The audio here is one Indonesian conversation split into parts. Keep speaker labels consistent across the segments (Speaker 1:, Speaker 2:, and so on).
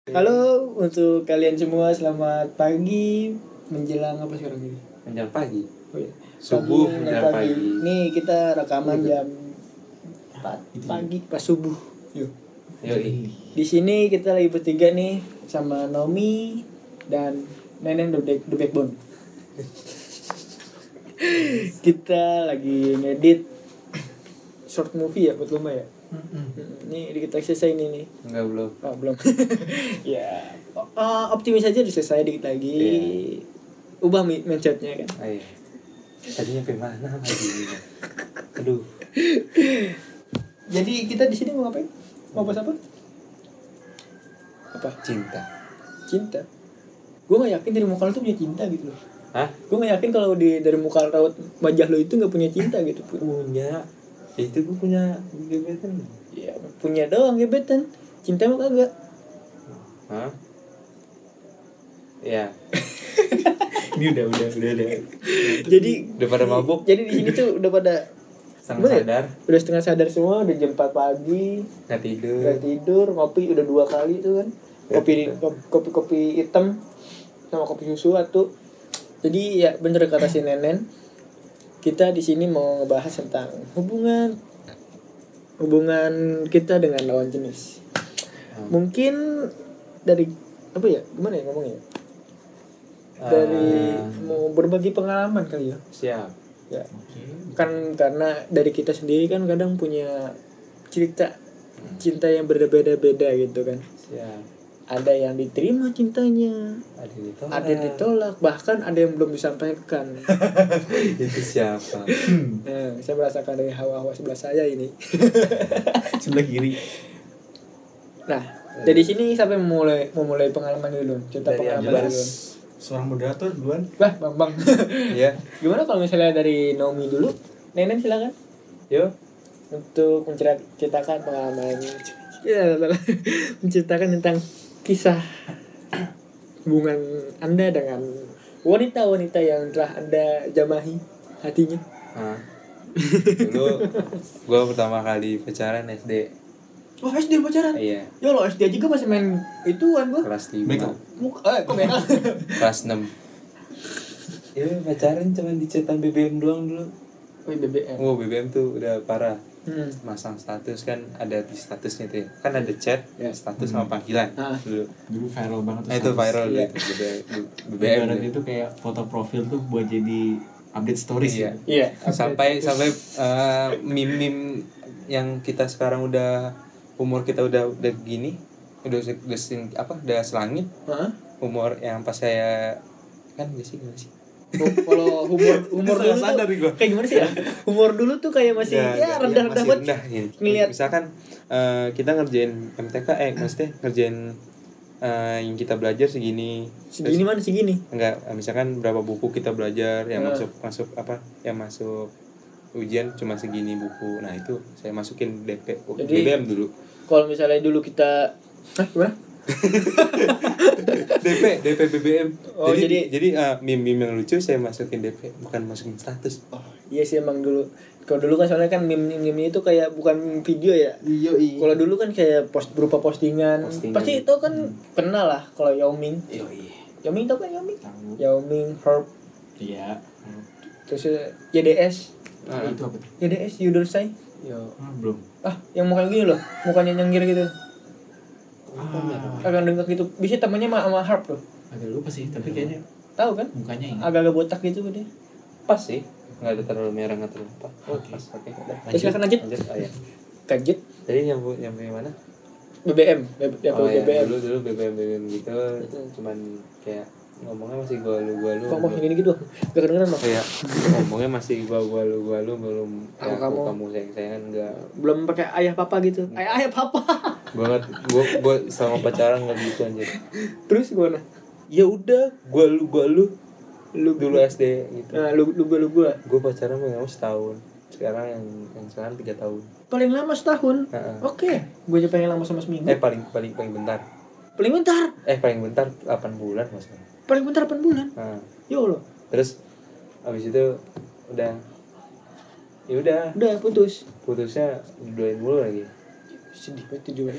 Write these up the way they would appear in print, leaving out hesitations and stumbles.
Speaker 1: Halo untuk kalian semua, selamat pagi menjelang apa sekarang ini?
Speaker 2: Menjelang pagi.
Speaker 1: Oh, iya.
Speaker 2: Subuh
Speaker 1: Pagi,
Speaker 2: menjelang pagi.
Speaker 1: Nih kita rekaman jam 4 pagi pas subuh. Yuk.
Speaker 2: Yoi.
Speaker 1: Di sini kita lagi bertiga nih sama Nomi dan Nenen the Backbone. Kita lagi ngedit short movie ya buat Luma ya. Ini kita selesai ini nih.
Speaker 2: Enggak belum.
Speaker 1: Oh, belum. Ya, optimis aja udah selesai dikit lagi.
Speaker 2: Iya.
Speaker 1: Ubah mindsetnya kan.
Speaker 2: Iya. Tadi nyampe mana lagi? Aduh.
Speaker 1: Jadi kita di sini mau ngapain? Mau bahas apa? Apa? Cinta. Gue nggak yakin dari muka lo tuh punya cinta gitu loh.
Speaker 2: Hah?
Speaker 1: Gue nggak yakin kalau dari muka raut wajah lo itu nggak punya cinta gitu.
Speaker 2: Punya. Ya itu gue punya gebetan.
Speaker 1: Ya punya doang gebetan. Cinta mah kagak.
Speaker 2: Hah? Ya.
Speaker 1: Ini udah. Jadi
Speaker 2: Udah pada mabuk.
Speaker 1: Jadi di sini tuh udah pada
Speaker 2: Setengah sadar.
Speaker 1: Udah setengah sadar semua, udah jam 4 pagi.
Speaker 2: Nggak
Speaker 1: tidur, ngopi udah 2 kali tuh kan. Kopi hitam sama kopi susu atau. Jadi ya bener kata si Nenen. Kita di sini mau ngebahas tentang hubungan kita dengan lawan jenis. Mungkin dari apa ya? Gimana ya ngomongnya? Dari mau berbagi pengalaman kali ya.
Speaker 2: Siap.
Speaker 1: Ya. Kan karena dari kita sendiri kan kadang punya cerita cinta yang berbeda-beda gitu kan.
Speaker 2: Siap.
Speaker 1: Ada yang diterima cintanya, ada yang ditolak, bahkan ada yang belum disampaikan.
Speaker 2: Itu siapa?
Speaker 1: Nah, saya merasakan dari hawa-hawa sebelah saya ini.
Speaker 3: Sebelah kiri.
Speaker 1: Nah, dari sini sampai memulai pengalaman dulu, cerita
Speaker 2: Dari
Speaker 1: pengalaman dulu.
Speaker 3: Seorang moderator duluan.
Speaker 1: Bah, Bang.
Speaker 2: Iya.
Speaker 1: Gimana kalau misalnya dari Naomi dulu? Nenen silakan.
Speaker 2: Yo.
Speaker 1: Untuk menceritakan pengalamannya. Ya, menceritakan tentang kisah hubungan Anda dengan wanita-wanita yang telah Anda jamahi hatinya.
Speaker 2: Dulu gue pertama kali pacaran SD.
Speaker 1: Oh, SD pacaran?
Speaker 2: Iya.
Speaker 1: Ya lo SD aja gue masih main ituan gue.
Speaker 2: Kelas 5.
Speaker 1: Kok beda?
Speaker 2: Kelas 6. Ya pacaran cuma di chatan BBM doang dulu.
Speaker 1: Oh, BBM.
Speaker 2: Oh, BBM tuh udah parah. Masang status kan ada di statusnya tuh ya. Kan ada chat, status sama panggilan dulu.
Speaker 3: Dulu viral banget tuh.
Speaker 2: Itu viral
Speaker 1: iya.
Speaker 2: gitu BBM.
Speaker 3: BBM itu kayak foto profil tuh buat jadi update stories ya.
Speaker 1: Iya.
Speaker 2: Sampai meme yang kita sekarang udah umur kita udah gini, udah selangit. Umur yang pas saya kan gak sih?
Speaker 1: Kalau humor dulu
Speaker 2: sadar
Speaker 1: tuh kayak gimana sih ya? Humor dulu tuh kayak masih rendah-rendah banget. Ngelihat
Speaker 2: misalkan kita ngerjain MTK maksudnya ngerjain yang kita belajar segini
Speaker 1: mana segini?
Speaker 2: Enggak, misalkan berapa buku kita belajar yang masuk ujian cuma segini buku. Nah, itu saya masukin BBM dulu.
Speaker 1: Kalau misalnya dulu kita gimana?
Speaker 2: DP BBM.
Speaker 1: Oh, jadi
Speaker 2: meme yang lucu saya masukin DP, bukan masukin status.
Speaker 1: Oh, iya sih emang dulu. Kalau dulu kan soalnya kan meme itu kayak bukan video ya.
Speaker 2: Iya.
Speaker 1: Kalau dulu kan kayak berupa postingan. Pasti itu kan kenal lah kalau Yao Ming.
Speaker 2: Iya.
Speaker 1: Yao Ming tau kan Yao Ming? Yao Ming, Herb.
Speaker 3: Iya.
Speaker 1: Terus YDS.
Speaker 3: Itu apa?
Speaker 1: YDS Yudol Say.
Speaker 3: Belum.
Speaker 1: Yang mukanya gini loh, mukanya nyengir gitu. Agak dengkak gitu. Bisa temennya sama Herb loh.
Speaker 3: Agak lupa sih, tapi kayaknya
Speaker 1: tahu kan?
Speaker 3: mukanya ini.
Speaker 1: Agak botak gitu dia.
Speaker 2: Pas sih. Enggak ada terlalu merah, enggak terlalu apa.
Speaker 3: Oke.
Speaker 2: Pas. Oke.
Speaker 1: Silakan lanjut.
Speaker 2: Ya.
Speaker 1: Lanjut.
Speaker 2: Jadi yang mana?
Speaker 1: BBM.
Speaker 2: BBM. Dulu BBM gitu. Cuman kayak ngomongnya masih gua lu.
Speaker 1: Kok ini gitu? Gak kedengeran loh.
Speaker 2: Iya. Ngomongnya masih gua lu belum kamu sayang enggak.
Speaker 1: Belum pakai ayah papa gitu. Ayah papa.
Speaker 2: Banget. Gua sama pacaran enggak gitu anjir.
Speaker 1: Terus gimana?
Speaker 2: Ya udah, gua lu dulu SD gitu.
Speaker 1: Nah, lu gua.
Speaker 2: Gua pacaran mau setahun. Sekarang yang sekarang 3 tahun.
Speaker 1: Paling lama setahun. Oke. Gua aja pengen lama sama seminggu.
Speaker 2: Paling bentar.
Speaker 1: Paling bentar.
Speaker 2: Paling bentar 8 bulan maksudnya.
Speaker 1: Paling bentar 8 bulan. Ya Allah.
Speaker 2: Terus abis itu udah putusnya diduain mulu lagi.
Speaker 1: Sedih banget didoain.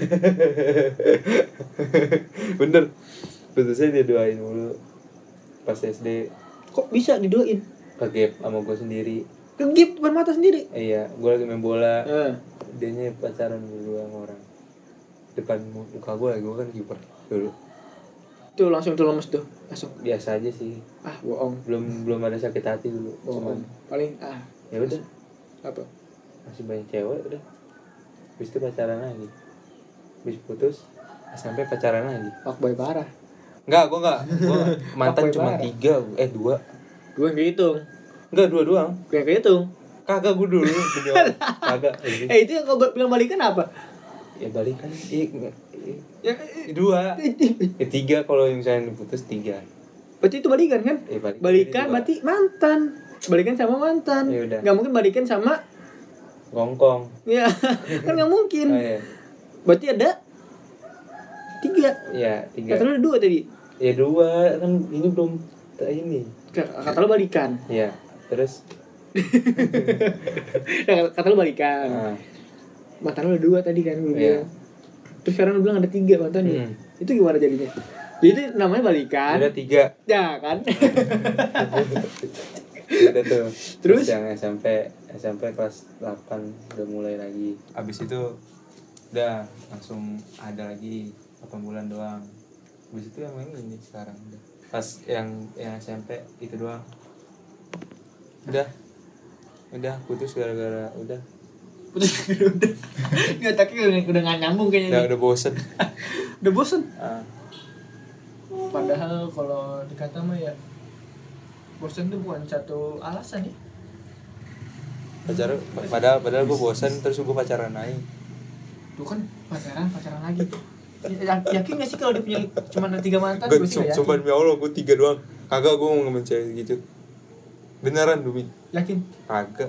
Speaker 2: Bener, putusnya dia doain mulu pas SD.
Speaker 1: Kok bisa didoain?
Speaker 2: Kegep sama gue sendiri.
Speaker 1: Kegip depan mata sendiri.
Speaker 2: Iya, gue lagi main bola. Dianya pacaran dulu sama orang depan muka gue kan kiper dulu.
Speaker 1: Tuh langsung tuh lemes tuh, langsung.
Speaker 2: Biasa aja sih.
Speaker 1: Bohong.
Speaker 2: Belum ada sakit hati dulu.
Speaker 1: Bohong. Paling
Speaker 2: ya udah.
Speaker 1: Apa?
Speaker 2: Masih banyak cewek udah. Habis itu pacaran lagi. Habis putus sampai pacaran lagi.
Speaker 1: Fuckboy parah.
Speaker 2: Enggak, gue mantan cuma 3, 2.
Speaker 1: 2 yang kehitung.
Speaker 2: Enggak, 2 doang.
Speaker 1: Yang kehitung.
Speaker 2: Kagak gue dulu kagak.
Speaker 1: Itu yang kau bilang balikan apa?
Speaker 2: Ya balikan. Ya 2. 3 kalau misalnya diputus 3.
Speaker 1: Berarti itu balikan kan? Balikan berarti mantan. Balikan sama mantan. Enggak mungkin balikan sama
Speaker 2: gongkong.
Speaker 1: Iya. Kan enggak mungkin.
Speaker 2: Oh, iya.
Speaker 1: Berarti ada 3.
Speaker 2: Iya, 3.
Speaker 1: Kata lu ada 2 tadi.
Speaker 2: Ya 2 kan ini belum ini.
Speaker 1: Kata lu balikan.
Speaker 2: Iya. Terus
Speaker 1: kata lu balikan. Mantan lu ada 2 tadi kan gue bilang. Terus sekarang lu bilang ada 3 mantannya. Itu gimana jadinya? Jadi itu namanya balikan.
Speaker 2: Ada 3.
Speaker 1: Ya kan.
Speaker 2: Udah tuh.
Speaker 1: Terus
Speaker 2: yang SMP kelas 8 udah mulai lagi. Abis itu udah langsung ada lagi 8 bulan doang. Abis itu yang ini sekarang udah. Pas yang SMP itu doang. Udah putus gara-gara udah.
Speaker 1: Nggak, tapi udah nggak nyambung kayaknya.
Speaker 2: Udah bosen.
Speaker 1: Udah bosen. Padahal kalau dikata mah ya bosen tuh bukan satu alasan ya.
Speaker 2: Padahal gue bosen terus gue pacaran lagi.
Speaker 1: Tuh kan pacaran lagi. Yakin gak sih kalau dia punya cuma 3 mantan?
Speaker 2: Gue sumpah demi Allah gue 3 doang. Kagak gue mau ngomongin cewek gitu. Beneran Dumi.
Speaker 1: Yakin?
Speaker 2: Kagak.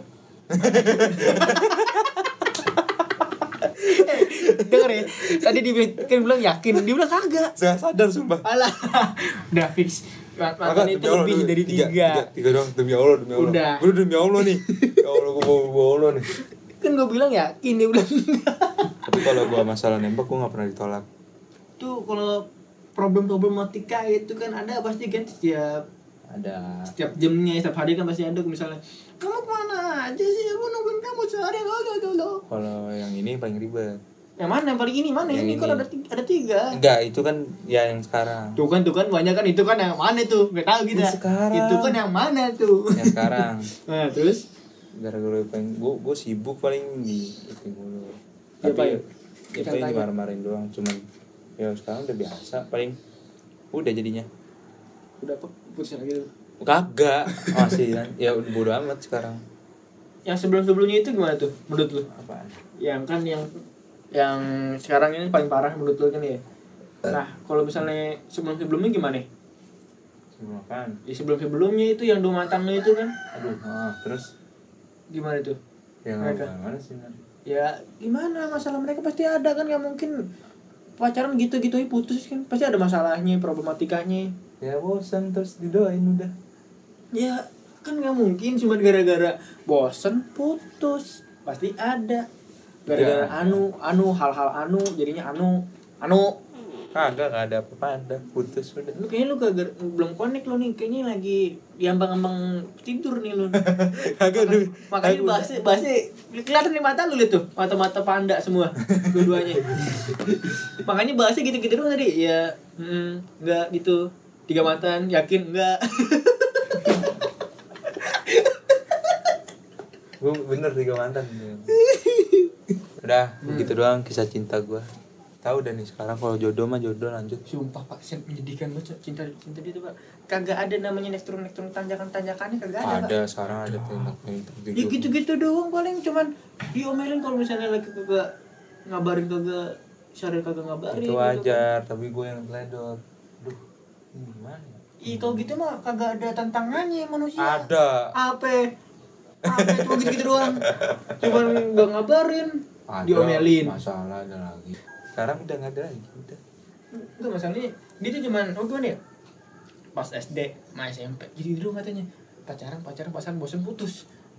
Speaker 1: Dengar ya. Tadi dia bilang yakin, dia bilang kagak.
Speaker 2: Saya sadar sumpah.
Speaker 1: Alah. Udah fix. Mantan itu lebih dari 3.
Speaker 2: 3 doang demi Allah.
Speaker 1: Udah.
Speaker 2: Gue demi Allah nih. Ya Allah gue mau Allah nih.
Speaker 1: Kan gue bilang yakin, dia bilang enggak.
Speaker 2: Tapi kalau gue masalah nembak gue gak pernah ditolak.
Speaker 1: Tuh kalau problematika itu kan ada pasti kan setiap jamnya, setiap hari kan pasti ada. Misalnya kamu kemana aja sih, aku nungguin kamu sehari.
Speaker 2: Kalau yang ini paling ribet.
Speaker 1: Yang mana yang paling ini mana yang ini? Kan ada 3.
Speaker 2: Enggak, itu kan ya yang sekarang.
Speaker 1: Tuh kan banyak kan, itu kan yang mana tuh, nggak tahu kita. Itu kan yang mana tuh
Speaker 2: yang sekarang.
Speaker 1: Nah terus
Speaker 2: gara-gara paling gue sibuk paling di itu mulu.
Speaker 1: Tapi
Speaker 2: ya paling dimarah-marahin doang, cuman ya sekarang udah biasa, paling udah jadinya.
Speaker 1: Udah putus lagi tuh?
Speaker 2: Kagak, masih kan. Ya udah bodo amat sekarang.
Speaker 1: Yang sebelumnya itu gimana tuh menurut lu?
Speaker 2: Apaan?
Speaker 1: Yang kan yang sekarang ini paling parah menurut lu kan ya. Nah, kalau misalnya sebelumnya gimana?
Speaker 2: Sebelum apaan?
Speaker 1: Ya sebelumnya itu yang 2 mantan lu itu kan.
Speaker 2: Aduh, terus
Speaker 1: gimana tuh?
Speaker 2: Ya
Speaker 1: mereka
Speaker 2: mana sih?
Speaker 1: Ya gimana, masalah mereka pasti ada kan, nggak mungkin pacaran gitu-gitu putus kan, pasti ada masalahnya, problematikanya.
Speaker 2: Ya bosan terus didoain udah.
Speaker 1: Ya kan nggak mungkin cuma gara-gara bosan putus, pasti ada gara-gara hal-hal jadinya
Speaker 2: Kagak ada apa-apa, ada putus udah.
Speaker 1: Lu kayaknya belum connect lu nih, kayaknya lagi diambang-ambang tidur nih lu.
Speaker 2: Kagak dulu.
Speaker 1: Makanya bahasnya kelihatan di mata lu lihat tuh, mata-mata panda semua dua-duanya. Makanya bahasnya gitu-gitu doang tadi. Ya, enggak gitu. 3 mantan, yakin enggak?
Speaker 2: Gue bener 3 mantan. Udah, begitu doang kisah cinta gue. Tahu dan nih sekarang kalau jodoh mah jodoh lanjut.
Speaker 1: Sumpah Pak, menyedihkan banget cinta dia tuh Pak. Kagak ada namanya nektron tanjakannya kagak ada.
Speaker 2: Ada, sekarang ada tembaknya.
Speaker 1: Ya gitu-gitu doang, paling cuman diomelin kalau misalnya lagi kagak ngabarin, kagak share, kagak ngabarin.
Speaker 2: Itu wajar, tapi gue yang teledor. Duh, gimana?
Speaker 1: Ih, kalau gitu mah kagak ada tantangannya manusia.
Speaker 2: Ada.
Speaker 1: Apa cuma gitu-gitu doang. Cuman enggak ngabarin, diomelin.
Speaker 2: Masalah ada lagi. Sekarang udah nggak ada lagi, udah.
Speaker 1: Enggak, masalahnya dia tuh cuman gimana ya, pas SD sama SMP jadi dulu katanya pacaran bosan putus,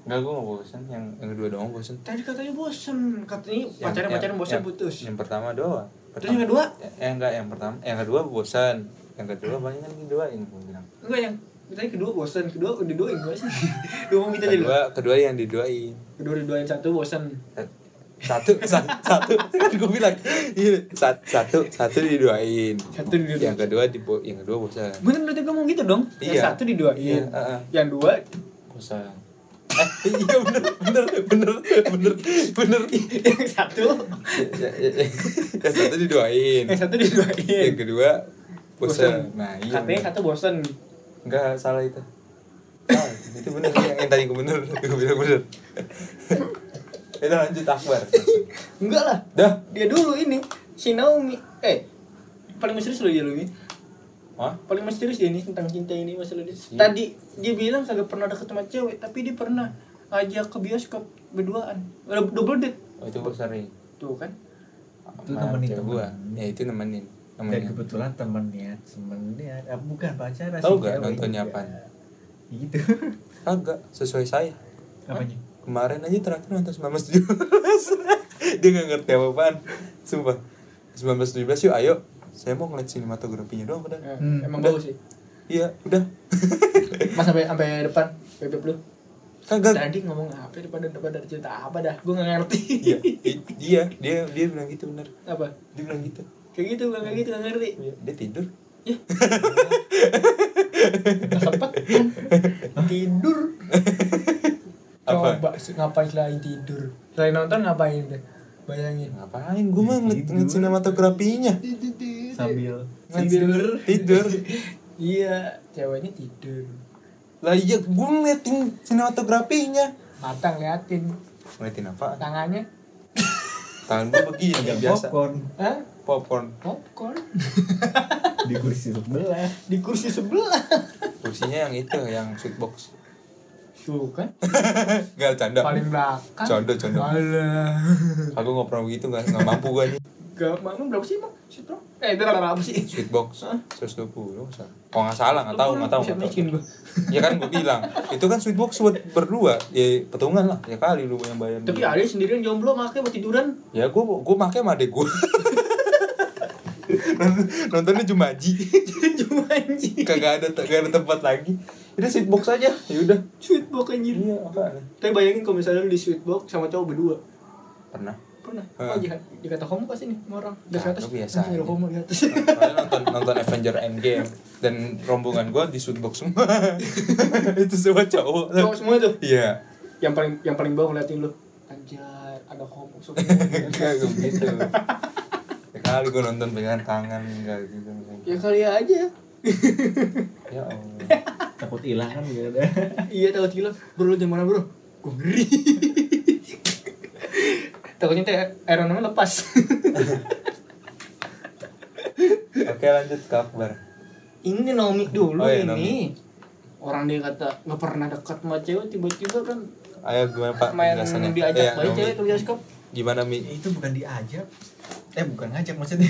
Speaker 2: Enggak, gue gak bosan, yang kedua doang bosan.
Speaker 1: Tadi katanya bosen, katanya pacaran bosen putus.
Speaker 2: Yang pertama doang.
Speaker 1: Terus yang kedua?
Speaker 2: Yang kedua bosan. Yang kedua paling kan didoain gue bilang.
Speaker 1: Enggak, yang tadi kedua bosen, kedua udah didoain gimana sih? Lu ngomong gitu aja dulu.
Speaker 2: Kedua yang didoain.
Speaker 1: Kedua didoain, satu bosen.
Speaker 2: Satu gue bilang satu didoain.
Speaker 1: Satu didoain.
Speaker 2: Yang kedua bosan.
Speaker 1: Bener berarti ngomong gitu dong. Yang
Speaker 2: Iya.
Speaker 1: satu didoain.
Speaker 2: Iya,
Speaker 1: Yang dua
Speaker 2: bosan. Iya bener.
Speaker 1: yang satu
Speaker 2: Yang satu didoain.
Speaker 1: yang satu didoain.
Speaker 2: Yang kedua bosan. Nah, iya.
Speaker 1: Katanya satu bosen.
Speaker 2: Enggak, salah itu. Itu bener yang tadi gue bener. Gue bilang bener. Itu lanjut Akbar.
Speaker 1: Enggak lah.
Speaker 2: Dah.
Speaker 1: Dia dulu ini si Naomi. Paling misterius loh dia ini.
Speaker 2: Hah?
Speaker 1: Paling misterius dia ini tentang cinta ini masalah dia.
Speaker 2: Si.
Speaker 1: Tadi dia bilang kagak pernah deket sama cewek, tapi dia pernah ajak ke bioskop berduaan. Double date.
Speaker 2: Oh, itu gue sering.
Speaker 1: Tuh kan.
Speaker 3: Itu nemenin
Speaker 2: cewek
Speaker 3: temen.
Speaker 2: gua. Ya itu nemenin.
Speaker 3: Dan kebetulan temennya bukan pacaran
Speaker 2: Tahu
Speaker 3: sih,
Speaker 2: gak
Speaker 3: cewek
Speaker 2: nontonnya
Speaker 3: juga.
Speaker 2: apaan?
Speaker 3: Gitu.
Speaker 2: Kagak sesuai saya.
Speaker 3: Apanya?
Speaker 2: Kemarin aja terakhir nonton 1917. Dia gak ngerti apa-apaan. Sumpah. 1917 yuk ayo. Saya mau ngeliat sinematografinya doang udah.
Speaker 1: Emang
Speaker 2: Udah.
Speaker 1: bagus sih.
Speaker 2: Iya, udah.
Speaker 1: Mas sampai depan bebek lu.
Speaker 2: Kagak.
Speaker 1: Tadi ngomong apa depan dari cerita apa dah? Gue enggak ngerti.
Speaker 2: Iya, dia bilang gitu bener.
Speaker 1: Apa?
Speaker 2: Dia bilang gitu.
Speaker 1: Kayak gitu, gue kayak gitu enggak ngerti.
Speaker 2: Iya, dia tidur.
Speaker 1: Nggak sempet tidur.
Speaker 2: Apa?
Speaker 1: Coba ngapain selain tidur? Selain nonton ngapain deh? Bayangin.
Speaker 2: Ngapain? Gue mah ngeliat sinematografinya.
Speaker 3: Sambil
Speaker 2: Tidur.
Speaker 1: Iya, ceweknya tidur.
Speaker 2: Lah iya, gue ngeliatin sinematografinya.
Speaker 1: Mata ngeliatin
Speaker 2: Ngeliatin apa?
Speaker 1: tangannya.
Speaker 2: Tangan gue begini biasa.
Speaker 3: popcorn
Speaker 1: Hah?
Speaker 2: Popcorn.
Speaker 1: Popcorn
Speaker 3: di kursi sebelah.
Speaker 1: di kursi sebelah.
Speaker 2: Kursinya yang itu, yang sweet box.
Speaker 1: Tuh kan,
Speaker 2: Gak canda.
Speaker 1: paling belakang.
Speaker 2: Canda.
Speaker 1: Alah.
Speaker 2: Aku nggak pernah begitu, nggak mampu gue nih.
Speaker 1: Gak mau berapa sih, Bang? Shit, Bro. Itu apa sih?
Speaker 2: Sweet box 120 masa. Kalau nggak salah nggak tahu.
Speaker 1: Bisa miskin gua.
Speaker 2: Ya kan gue bilang itu kan sweet box buat berdua, ya patungan lah, ya kali lu yang bayar.
Speaker 1: Tapi ada sendirian jomblo makanya buat tiduran.
Speaker 2: Ya gue make sama adek gue. Nontonnya Jumanji.
Speaker 1: Jumanji.
Speaker 2: Kagak ada tempat lagi. Udah sweet box aja. Ya udah.
Speaker 1: Sweet box anjir.
Speaker 2: Iya, apa?
Speaker 1: Tapi bayangin kalau misalnya lu di sweet box sama cowok berdua.
Speaker 2: Pernah.
Speaker 1: Oh iya, dikata homo pasti nih sama orang. Di atas.
Speaker 2: Biasa
Speaker 1: Anjir,
Speaker 2: aja.
Speaker 1: homo di atas.
Speaker 2: Soalnya nonton Avenger Endgame dan rombongan gue di sweet box semua. Itu semua cowok.
Speaker 1: Cowok semua tuh.
Speaker 2: Iya.
Speaker 1: Yang paling bawah ngeliatin lu. Anjay, ada homo suka.
Speaker 2: Enggak gitu. Sekali gue nonton pegangan tangan enggak gitu.
Speaker 1: Ya kali aja.
Speaker 2: Ya Allah.
Speaker 3: Takut hilang kan gitu.
Speaker 1: Iya, takut hilang. Bro, lu jangan mana, Bro? Gue ngeri. Takutnya teh air namanya lepas.
Speaker 2: Oke, lanjut ke Akbar.
Speaker 1: Ini Naomi dulu
Speaker 2: Oh, iya,
Speaker 1: ini.
Speaker 2: Naomi.
Speaker 1: Orang dia kata nggak pernah dekat sama cewek, tiba-tiba kan
Speaker 2: Ayo gimana Pak
Speaker 1: main
Speaker 2: penjelasannya?
Speaker 1: diajak bayi
Speaker 2: Naomi.
Speaker 1: cewek ke bioskop.
Speaker 2: Gimana Mi?
Speaker 3: Itu bukan diajak. Bukan ngajak maksudnya.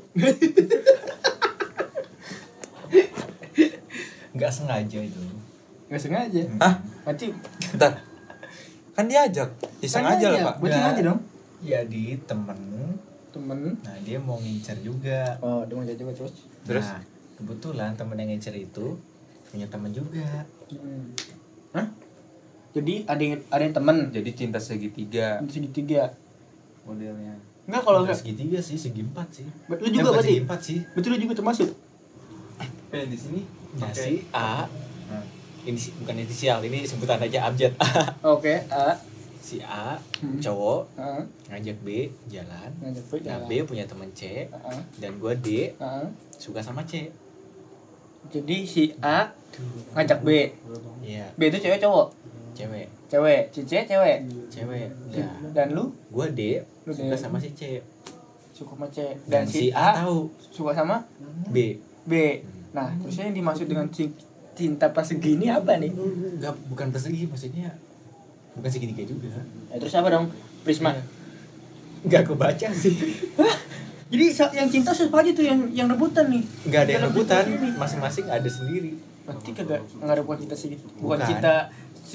Speaker 3: Nggak sengaja itu.
Speaker 1: Nggak sengaja.
Speaker 2: Hah?
Speaker 1: Mati.
Speaker 2: Bentar. Kan diajak. Iseng aja lah Pak.
Speaker 1: Buat sengaja dong.
Speaker 3: Ya di temen.
Speaker 1: Nah,
Speaker 3: dia mau ngincer juga.
Speaker 1: oh dia mau jadi juga terus.
Speaker 2: Terus?
Speaker 3: Nah, kebetulan temen yang ngincer itu punya temen juga.
Speaker 1: Hah? Jadi ada yang temen
Speaker 2: Jadi cinta segitiga
Speaker 1: segitiga.
Speaker 2: modelnya.
Speaker 1: Enggak kalau
Speaker 3: Bukan
Speaker 1: enggak.
Speaker 3: segitiga sih, segi empat sih.
Speaker 1: Lu juga
Speaker 3: bukan
Speaker 1: berarti.
Speaker 3: segi empat sih.
Speaker 1: Betul, lu juga termasuk.
Speaker 2: Di sini.
Speaker 3: Ya
Speaker 2: Oke.
Speaker 3: si A.
Speaker 2: Nah.
Speaker 3: Ini bukan inisial, ini sebutan aja abjad.
Speaker 1: Oke, A.
Speaker 3: Si A
Speaker 1: Hmm.
Speaker 3: cowok
Speaker 1: A.
Speaker 3: ngajak B jalan.
Speaker 1: Ngajak B
Speaker 3: Nah,
Speaker 1: jalan.
Speaker 3: B punya temen C
Speaker 1: A.
Speaker 3: dan gua D
Speaker 1: A.
Speaker 3: suka sama C.
Speaker 1: Jadi si A ngajak B.
Speaker 3: Iya,
Speaker 1: B itu cewek cowok.
Speaker 3: cewek.
Speaker 1: Cewek, si C cewek.
Speaker 3: Cewek. Nah,
Speaker 1: Dan lu
Speaker 3: gua D
Speaker 1: Lu
Speaker 3: suka
Speaker 1: D.
Speaker 3: sama si C.
Speaker 1: suka sama C.
Speaker 3: Dan si A tahu
Speaker 1: suka sama
Speaker 3: B.
Speaker 1: B. Nah, terusnya yang dimaksud dengan cinta pas segini apa nih?
Speaker 3: Enggak, bukan persegi, maksudnya bukan segitiga juga.
Speaker 1: Ya, terus apa dong? Prisma.
Speaker 3: Iya. Enggak kebaca sih.
Speaker 1: Jadi yang cinta siapa aja tuh yang rebutan nih?
Speaker 3: Enggak ada yang
Speaker 1: Dalam
Speaker 3: rebutan,
Speaker 1: situasi ini.
Speaker 3: masing-masing ada sendiri.
Speaker 1: Berarti kagak ada bukan cinta sih. Bukan
Speaker 3: Bukan.
Speaker 1: cinta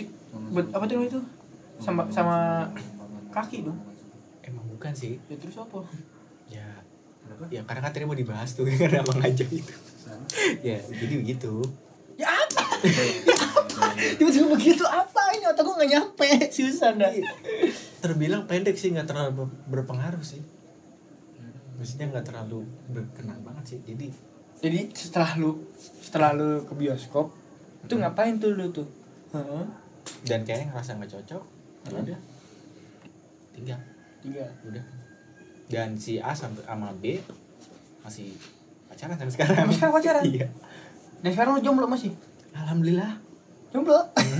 Speaker 1: Apa tuh itu? Sama kaki dong.
Speaker 4: Emang bukan sih.
Speaker 1: Ya terus apa?
Speaker 4: Ya karena kan tadi mau dibahas tuh karena abang ngajak itu. Ya jadi begitu.
Speaker 1: Ya apa? Tiba-tiba begitu apa ini otak gue nggak nyampe, susah dah.
Speaker 4: Terbilang pendek sih, nggak terlalu berpengaruh sih. Maksudnya nggak terlalu berkenan banget sih.
Speaker 1: Jadi setelah lu ke bioskop itu ngapain tuh lu tuh? Heeh.
Speaker 4: Dan kayaknya ngerasa nggak cocok. Ya udah. Tinggal. Udah. Dan si A sama B masih pacaran sampai sekarang.
Speaker 1: Sampai sekarang pacaran?
Speaker 4: Iya.
Speaker 1: Dan sekarang lu jomblo masih?
Speaker 4: Alhamdulillah.
Speaker 1: Jomblo.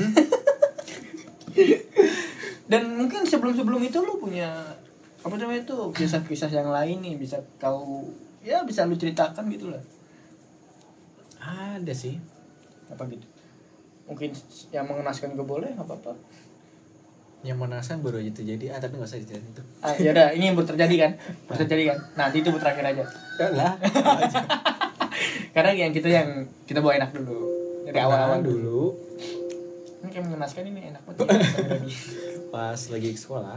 Speaker 1: Dan mungkin sebelum itu lu punya apa namanya itu kisah-kisah yang lain nih bisa lu ceritakan gitu lah.
Speaker 4: Ada sih.
Speaker 1: Apa gitu? Mungkin yang mengenaskan juga boleh, nggak apa-apa.
Speaker 4: Yang menaskan baru aja terjadi, tapi nggak usah diceritain itu.
Speaker 1: Ya udah, ini yang baru terjadi kan? Nanti itu terakhir aja.
Speaker 4: Lah.
Speaker 1: Karena yang kita bawa enak dulu. Dari awal-awal dulu. Ini kayak mengenaskan, ini enak banget.
Speaker 4: Pas lagi sekolah.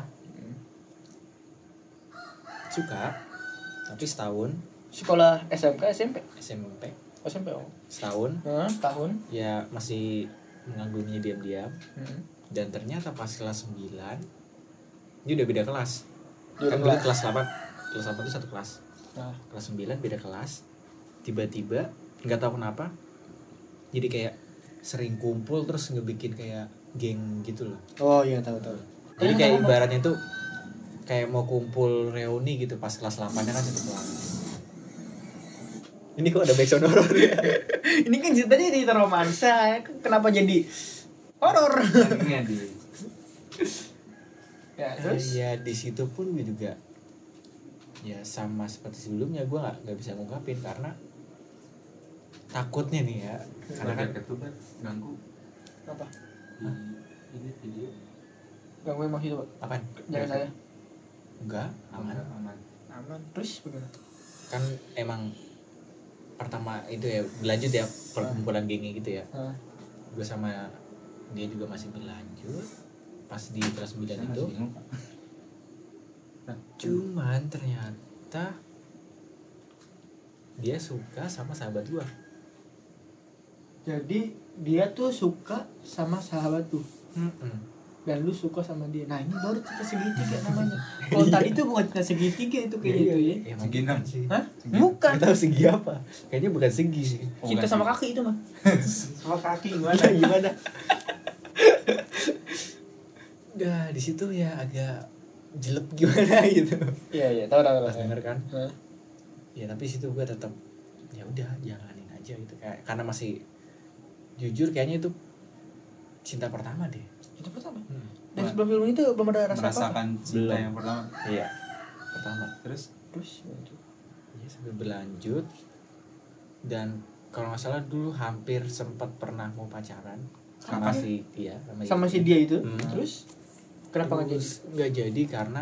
Speaker 4: Suka. Tapi setahun.
Speaker 1: Sekolah SMK, SMP?
Speaker 4: SMP.
Speaker 1: SMP oh.
Speaker 4: Setahun.
Speaker 1: Tahun.
Speaker 4: Ya masih mengagumi diam-diam. Dan ternyata pas kelas 9 ini udah beda kelas. Kan dulu kelas 8 itu satu kelas. Kelas 9 beda kelas. Tiba-tiba nggak tahu kenapa jadi kayak sering kumpul terus ngebikin kayak geng gitu loh.
Speaker 1: Oh iya tahu.
Speaker 4: Jadi kayak ibaratnya tuh kayak mau kumpul reuni gitu pas kelas 8-nya kan satu kelas. Ini kok ada backsound horor ya?
Speaker 1: Ini kan ceritanya di romansa, kenapa jadi horor? Ya terus?
Speaker 4: Ya di situ pun gue juga ya sama seperti sebelumnya, gue nggak bisa ngungkapin karena takutnya nih ya. Karena kan
Speaker 2: itu kan ganggu.
Speaker 1: Apa?
Speaker 2: Ini video.
Speaker 1: Ganggu emang itu Pak?
Speaker 4: Apaan?
Speaker 1: Jangan saya.
Speaker 4: Enggak, aman.
Speaker 1: Terus bagaimana?
Speaker 4: Kan emang pertama itu ya berlanjut ya perkumpulan gengnya gitu ya. Gue sama dia juga masih berlanjut pas di kelas 9 itu. Cuman ternyata dia suka sama sahabat gue.
Speaker 1: Jadi dia tuh suka sama sahabat tuh. Dan lu suka sama dia. Nah ini baru cinta segitiga namanya. Kalau tadi tuh bukan cinta segitiga itu kayak gitu ya.
Speaker 4: Segi 6 sih.
Speaker 1: Hah? Bukan.
Speaker 4: Gak tahu segi apa. Kayaknya bukan segi sih.
Speaker 1: Cinta sama kaki itu mah. Sama kaki
Speaker 4: Gimana? Udah di situ ya agak jelek gimana gitu.
Speaker 1: Iya, tahu.
Speaker 4: Pas denger kan. Ya tapi situ gue tetap ya udah jalanin aja gitu kayak karena masih jujur kayaknya itu cinta pertama deh.
Speaker 1: Itu pertama. Dan sebelum film itu belum ada rasa
Speaker 2: merasakan
Speaker 1: apa?
Speaker 2: cinta yang pertama.
Speaker 4: Iya. Pertama.
Speaker 2: Terus
Speaker 1: itu.
Speaker 4: Ya sambil berlanjut dan kalau nggak salah dulu hampir sempat pernah mau pacaran sama si dia
Speaker 1: sama si dia itu. Terus kenapa
Speaker 4: nggak jadi karena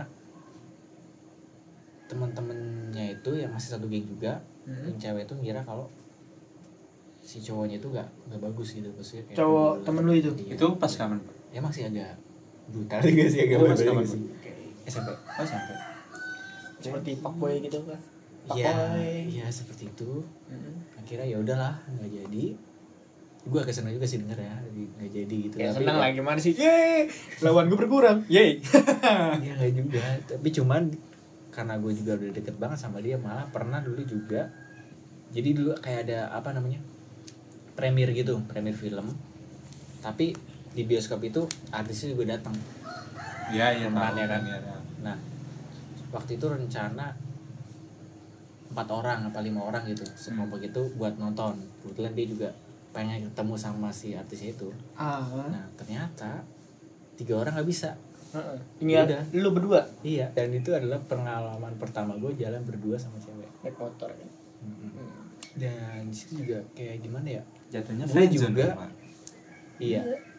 Speaker 4: teman-temannya itu yang masih satu geng juga yang cewek itu ngira kalau si cowoknya itu nggak bagus gitu maksudnya kayak
Speaker 1: cowok temen lu itu.
Speaker 4: Iya.
Speaker 2: itu pas kapan?
Speaker 4: Ya masih agak brutal juga sih agak
Speaker 2: pas kapan?
Speaker 4: SMP.
Speaker 2: Pas SMP.
Speaker 1: Seperti fuckboy gitu kan.
Speaker 4: Iya seperti itu. Akhirnya ya udahlah nggak jadi. Gue agak senang juga sih denger ya nggak jadi gitu.
Speaker 1: Ya
Speaker 4: tapi
Speaker 1: senang lah gimana sih? Yeay, lawan gue berkurang. Yeay.
Speaker 4: Iya nggak juga. Tapi cuman karena gue juga udah deket banget sama dia malah pernah dulu juga. Jadi dulu kayak ada apa namanya premier film. Tapi di bioskop itu artisnya juga datang.
Speaker 2: Iya
Speaker 4: pemerannya kan.
Speaker 2: Ya.
Speaker 4: Nah waktu itu rencana 4 orang apa 5 orang gitu sekelompok itu buat nonton. Kebetulan dia juga pengen ketemu sama si artisnya itu. Nah ternyata 3 orang nggak bisa.
Speaker 1: Ini udah lu berdua.
Speaker 4: Iya dan itu adalah pengalaman pertama gue jalan berdua sama cewek
Speaker 1: naik motor kan.
Speaker 4: Dan disitu juga kayak gimana ya
Speaker 2: jatuhnya
Speaker 4: gue juga iya